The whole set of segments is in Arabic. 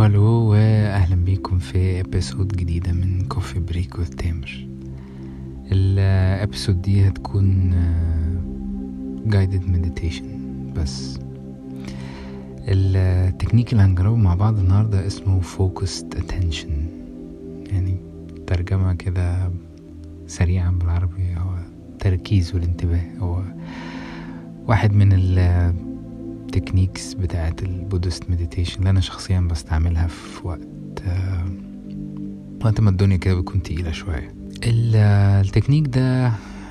هلو واهلا بيكم في ابيسود جديدة من كوفي بريك وذ تامر. الابيسود دي هتكون guided meditation. بس التكنيك اللي هنجربه مع بعض النهاردة اسمه focused attention، يعني ترجمة كده سريعا بالعربي هو تركيز والانتباه. هو واحد من التكنيكس بتاعت البودست مديتيشن اللي انا شخصيا بستعملها في وقت ما الدنيا كده بتكون تقيلة شوية. التكنيك ده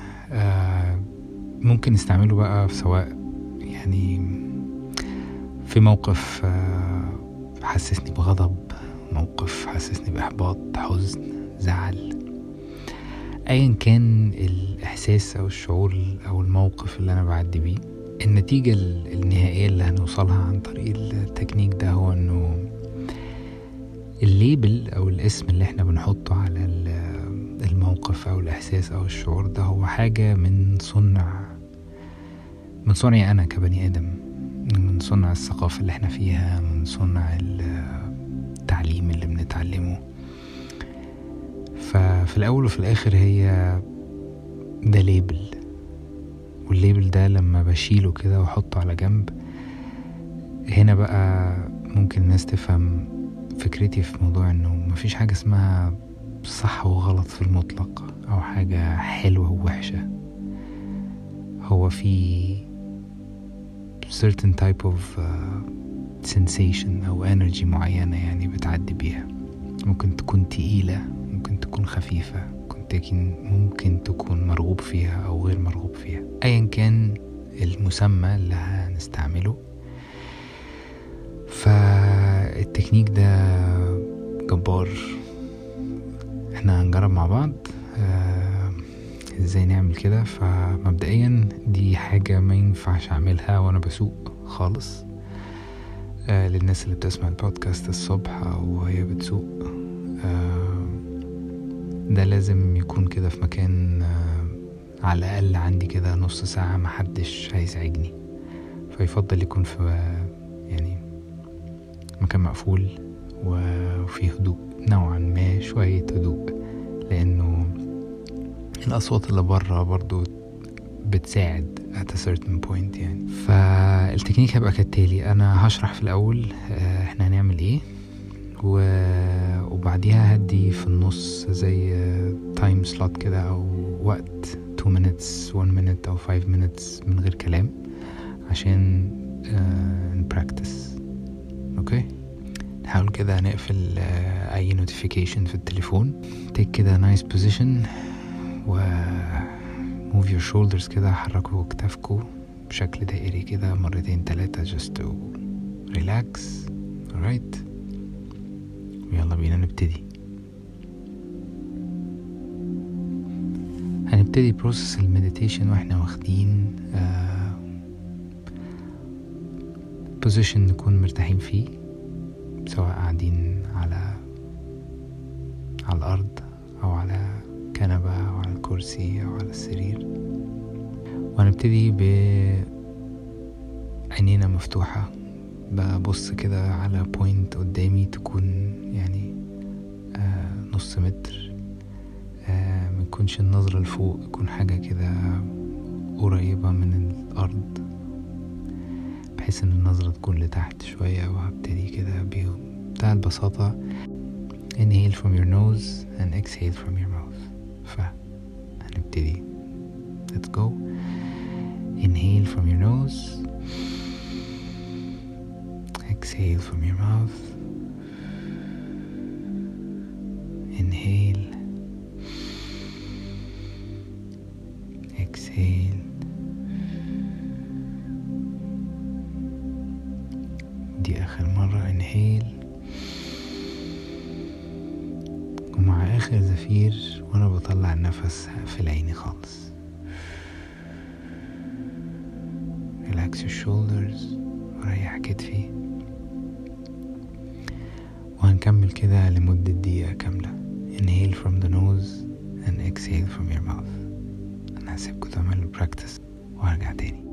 ممكن نستعمله بقى سواء يعني في موقف حسسني بغضب، موقف حسسني بإحباط، حزن، زعل، ايا كان الاحساس او الشعور او الموقف اللي انا بعدي بيه. النتيجة النهائية اللي هنوصلها عن طريق التكنيك ده هو انه الليبل او الاسم اللي احنا بنحطه على الموقف او الاحساس او الشعور ده هو حاجة من صنعي انا كبني ادم، من صنع الثقافة اللي احنا فيها، من صنع التعليم اللي بنتعلمه. ففي الأول وفي الآخر هي ده ليبل، والليبل ده لما بشيله كده وحطه على جنب، هنا بقى ممكن الناس تفهم فكرتي في موضوع انه مفيش حاجة اسمها صح وغلط في المطلق او حاجة حلوة ووحشة. هو في certain type of sensation او energy معينة يعني بتعدي بيها، ممكن تكون تقيلة، ممكن تكون خفيفة، ممكن تكون مرغوب فيها أو غير مرغوب فيها، أيا كان المسمى اللي هنستعمله. فالتكنيك ده جبار، احنا هنجرب مع بعض ازاي نعمل كده. فمبدئيا دي حاجة ما ينفعش اعملها وانا بسوق خالص. للناس اللي بتسمع البودكاست الصبح او هي بتسوق، ده لازم يكون كده في مكان على الأقل عندي كده نص ساعة محدش هيزعجني، فيفضل يكون في يعني مكان مقفول وفيه هدوء نوعا ما، شوية هدوء، لأنه الأصوات اللي برا برضو بتساعد at a certain point يعني. فالتكنيك هيبقى كالتالي، أنا هشرح في الأول احنا هنعمل ايه، وبعديها هدي في النص زي تايم سلوت كده او وقت 2 minutes 1 minute او 5 minutes من غير كلام عشان نبراكتس. اوكي، نحاول كده نقفل اي نوتيفيكيشن في التليفون. take كده nice position و move your shoulders كده، حركوا كتافكوا بشكل دائري كده 2-3 just to relax. alright، ويلا بينا نبتدي. هنبتدي بروسس المديتيشن واحنا واخدين بوزيشن نكون مرتاحين فيه، سواء قاعدين على الأرض أو على كنبة أو على الكرسي أو على السرير. وهنبتدي بعينينا مفتوحة، ببص كده على بوينت قدامي تكون يعني نص متر، ميكونش النظرة لفوق، يكون حاجة كده قريبة من الأرض بحيث ان النظرة تكون لتحت شوية. وهبتدي كده بمنتهى البساطة inhale from your nose and exhale from your mouth. فهنبتدي let's go. inhale from your nose, exhale from your mouth. Inhale, exhale. دي آخر مرة. inhale، ومع آخر زفير وأنا بطلع النفس في العين خالص. relax your shoulders وريح كتفي. وهنكمل كده لمدة دقيقة كاملة. inhale from the nose and exhale from your mouth. أنا هسيبكم تعملوا practice وهرجع تاني.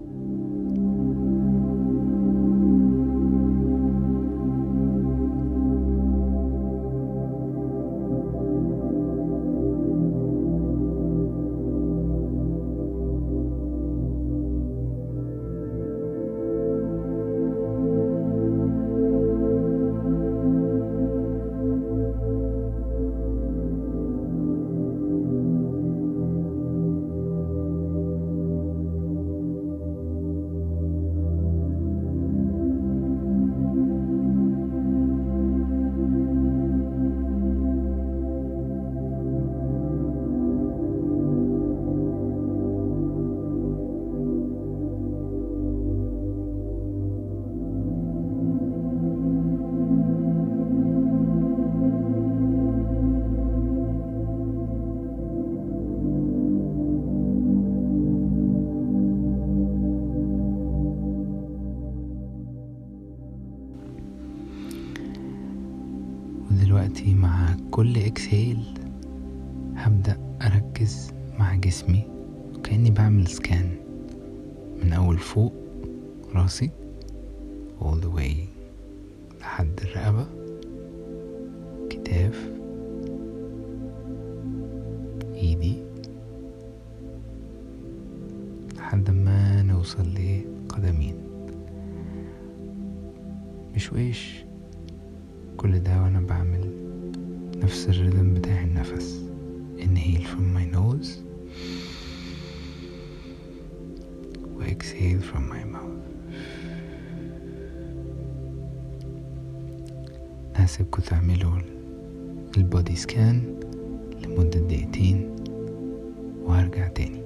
دلوقتي مع كل اكسهيل هبدأ أركز مع جسمي وكأني بعمل سكان من أول فوق راسي all the way لحد الرقبة، كتاف، ايدي، لحد ما نوصل لقدمين بشويش. كل ده وانا بعمل نفس الرhythm بتاع النفس. inhale from my nose و exhale from my mouth. هسيبكوا تعملوا البودي سكان لمدة 2 دقيقة وهرجع تاني.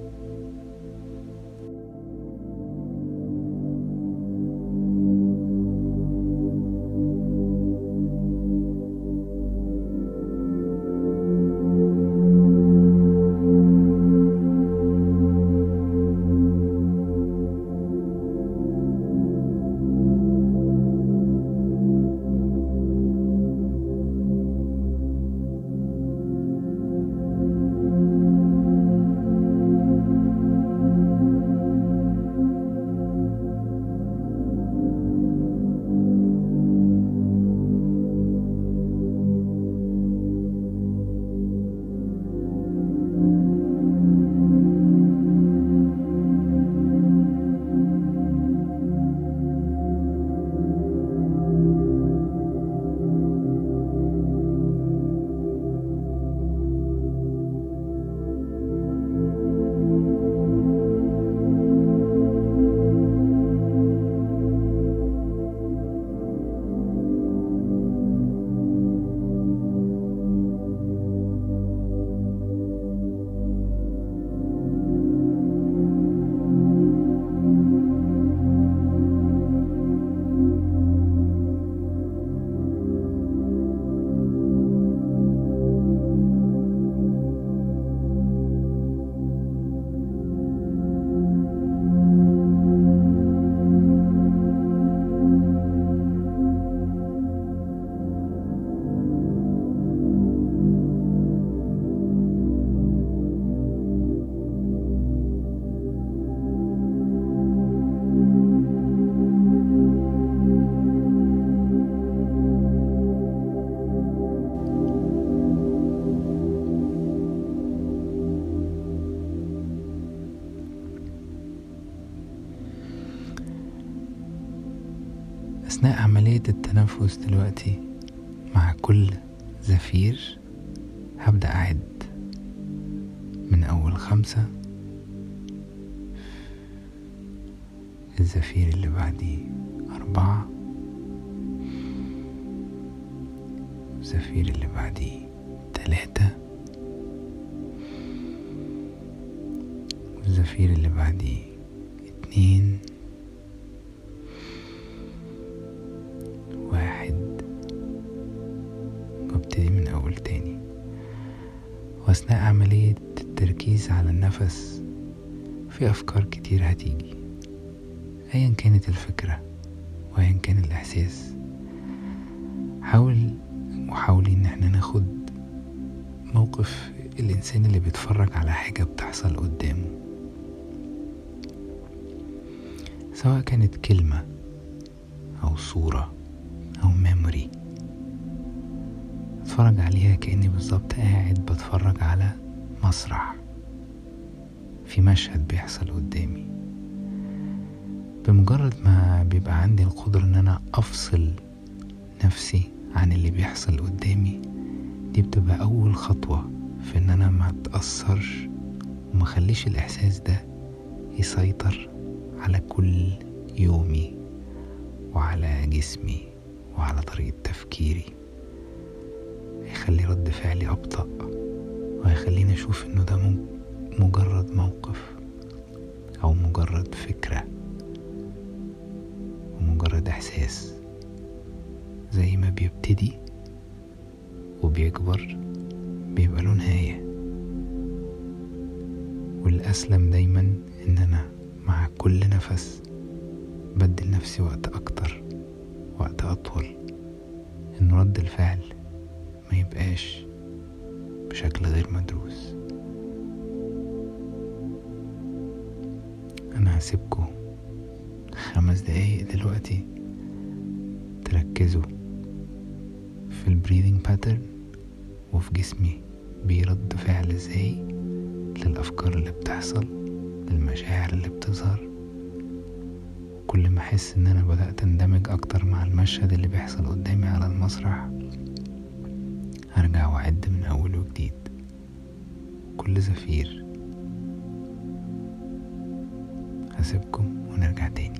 أثناء عملية التنفس دلوقتي مع كل زفير هبدأ أعد من أول 5. الزفير اللي بعديه 4. الزفير اللي بعديه 3. الزفير اللي بعديه 2. 1. وابتدي من أول تاني. وأثناء عملية التركيز على النفس في أفكار كتير هتيجي، أيا كانت الفكرة وأيا كان الإحساس. حاولي إن احنا ناخد موقف الإنسان اللي بيتفرج على حاجة بتحصل قدامه، سواء كانت كلمة أو صورة أو ميموري. اتفرج عليها كأني بالظبط قاعد بتفرج على مسرح في مشهد بيحصل قدامي. بمجرد ما بيبقى عندي القدرة ان انا افصل نفسي عن اللي بيحصل قدامي، دي بتبقى اول خطوة في ان انا ما اتأثرش وما خليش الاحساس ده يسيطر على كل يومي وعلى جسمي وعلى طريقة تفكيري. هيخلي رد فعلي أبطأ وهيخليني أشوف إنه ده مجرد موقف أو مجرد فكرة ومجرد إحساس. زي ما بيبتدي وبيكبر بيبقى له نهاية. والأسلم دايما إن أنا مع كل نفس بدل نفسي وقت أكتر، وقت أطول، إن رد الفعل ما يبقاش بشكل غير مدروس. انا هسيبكم 5 دقايق دلوقتي تركزوا في البريذنج باترن وفي جسمي بيرد فعل ازاي للأفكار اللي بتحصل، للمشاعر اللي بتظهر. كل ما احس ان انا بدأت اندمج اكتر مع المشهد اللي بيحصل قدامي على المسرح، هرجع واعد من اول وجديد. كل زفير هسيبكم ونرجع تاني.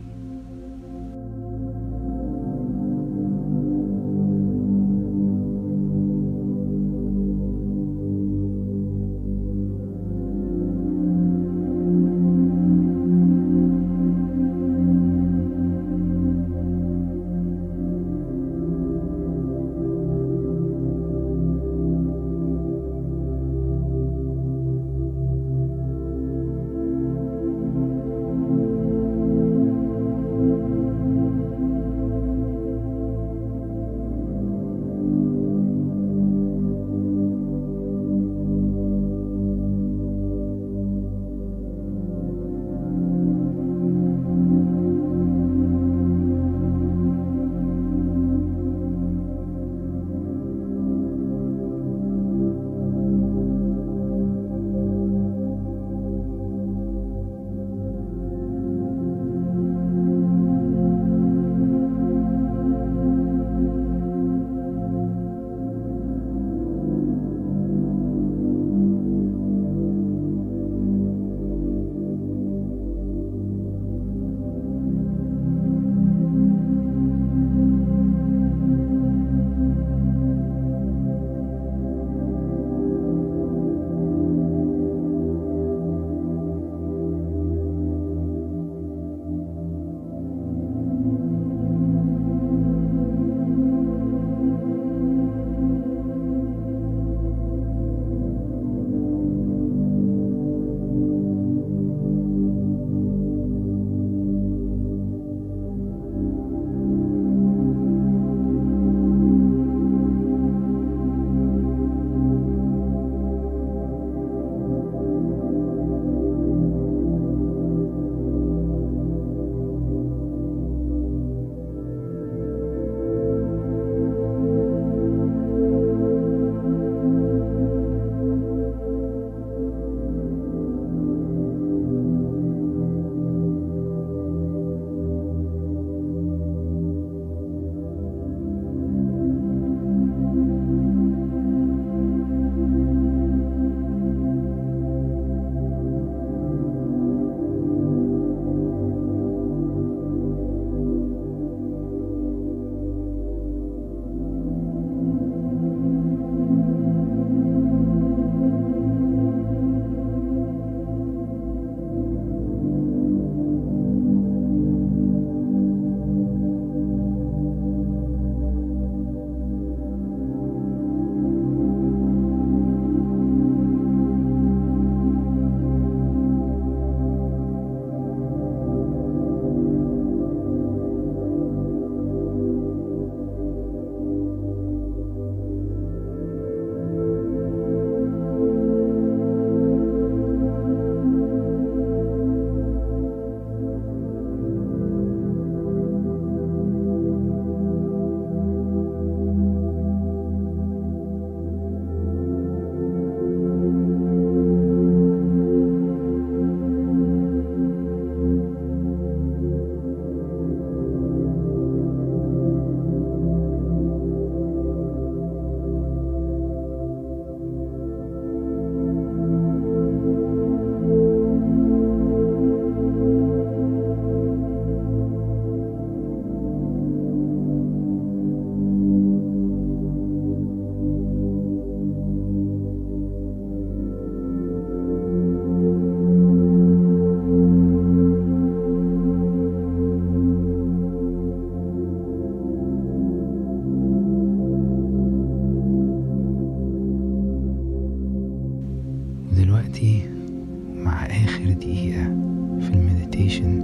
دلوقتي مع آخر دقيقة في المديتيشن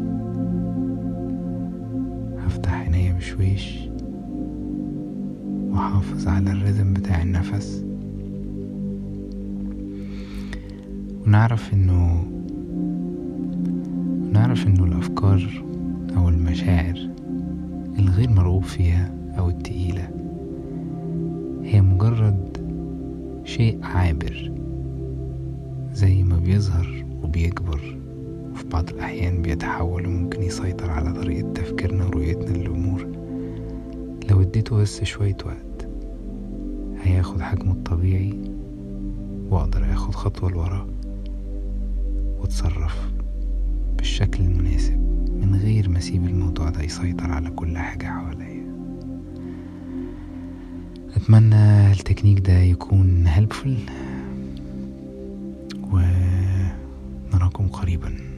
هفتح عينيا بشويش وأحافظ على الريتم بتاع النفس، ونعرف إنه الأفكار أو المشاعر الغير مرغوب فيها أو التقيلة هي مجرد شيء عابر، زي ما بيظهر وبيكبر وفي بعض الأحيان بيتحول وممكن يسيطر على طريقة تفكيرنا ورؤيتنا للأمور. لو اديته بس شوية وقت هياخد حجمه الطبيعي، وأقدر أخد خطوة لورا وأتصرف بالشكل المناسب من غير ما أسيب الموضوع ده يسيطر على كل حاجة حواليا. أتمنى التكنيك ده يكون helpful، ونراكم قريبا.